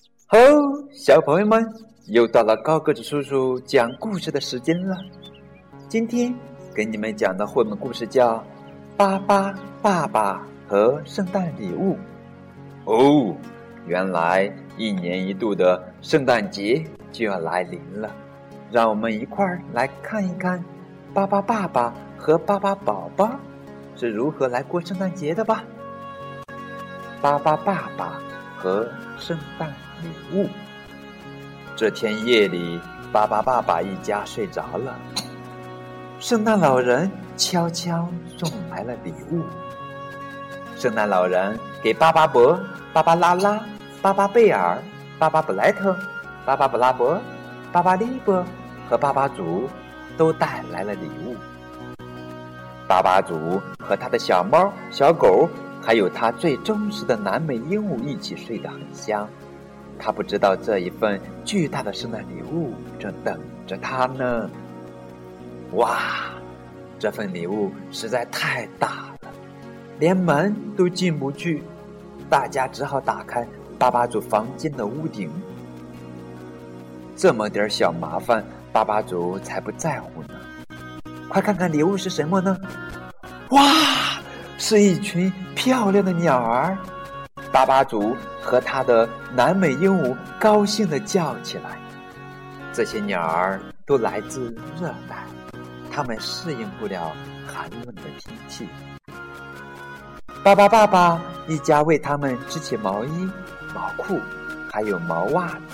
吼，小朋友们，又到了高个子叔叔讲故事的时间了。今天给你们讲的绘本故事叫《巴巴爸爸和圣诞礼物》。哦，原来一年一度的圣诞节就要来临了，让我们一块儿来看一看巴巴爸爸和巴巴宝宝是如何来过圣诞节的吧。巴巴爸爸和圣诞礼物。这天夜里，巴巴爸爸一家睡着了，圣诞老人悄悄送来了礼物。圣诞老人给巴巴伯、巴巴拉拉、巴巴贝尔、巴巴布莱特、巴巴布拉伯、巴巴利伯和巴巴祖都带来了礼物。巴巴祖和他的小猫、小狗还有他最忠实的南美鹦鹉一起睡得很香。他不知道这一份巨大的圣诞礼物正等着他呢。哇，这份礼物实在太大了，连门都进不去，大家只好打开巴巴祖房间的屋顶。这么点小麻烦，巴巴祖才不在乎呢。快看看礼物是什么呢？哇，是一群漂亮的鸟儿。巴巴祖和他的南美鹦鹉高兴地叫起来。这些鸟儿都来自热带，它们适应不了寒冷的天气。巴巴爸爸一家为它们织起毛衣、毛裤，还有毛袜子。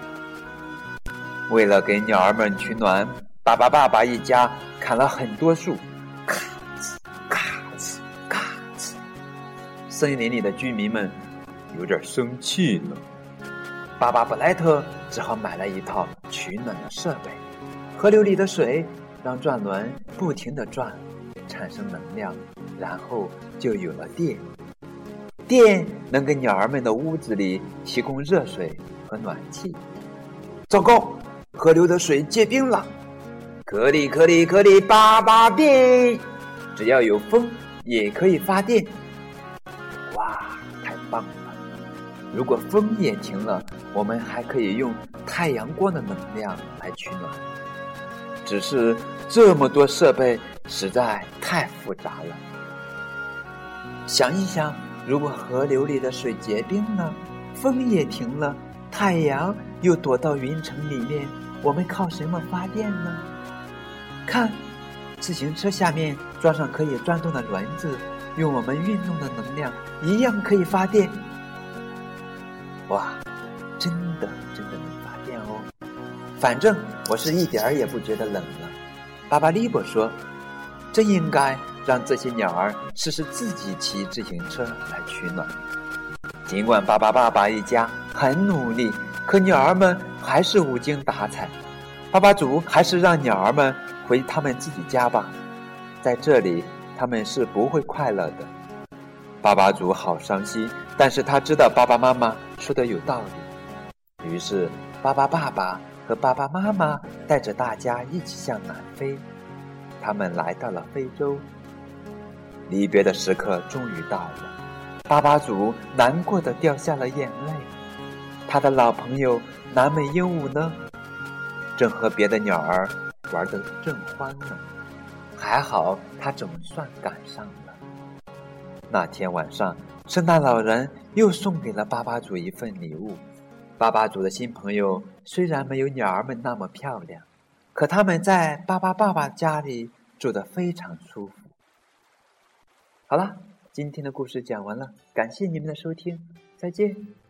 为了给鸟儿们取暖，巴巴爸爸一家砍了很多树，咔哧咔哧咔哧。森林里的居民们有点生气了。巴巴布莱特只好买了一套取暖的设备，河流里的水让转轮不停地转，产生能量，然后就有了电。电能给鸟儿们的屋子里提供热水和暖气。糟糕，河流的水结冰了！可里可里可里巴巴变，只要有风也可以发电。哇，太棒了！如果风也停了，我们还可以用太阳光的能量来取暖。只是这么多设备实在太复杂了。想一想，如果河流里的水结冰了，风也停了，太阳又躲到云层里面，我们靠什么发电呢？看，自行车下面装上可以转动的轮子，用我们运动的能量一样可以发电。哇，真的能发电哦！反正我是一点儿也不觉得冷了。巴巴利伯说，真应该让这些鸟儿试试自己骑自行车来取暖。尽管巴巴爸爸一家很努力，可鸟儿们还是无精打采。巴巴祖还是让鸟儿们回他们自己家吧，在这里他们是不会快乐的。巴巴祖好伤心，但是他知道爸爸妈妈说的有道理。于是巴巴爸爸和爸爸妈妈带着大家一起向南飞。他们来到了非洲。离别的时刻终于到了，巴巴祖难过的掉下了眼泪。他的老朋友南美鹦鹉呢，正和别的鸟儿玩得正欢呢。还好他总算赶上了。那天晚上，圣诞老人又送给了巴巴祖一份礼物。巴巴祖的新朋友虽然没有鸟儿们那么漂亮，可他们在巴巴爸爸家里住得非常舒服。好了，今天的故事讲完了，感谢你们的收听，再见。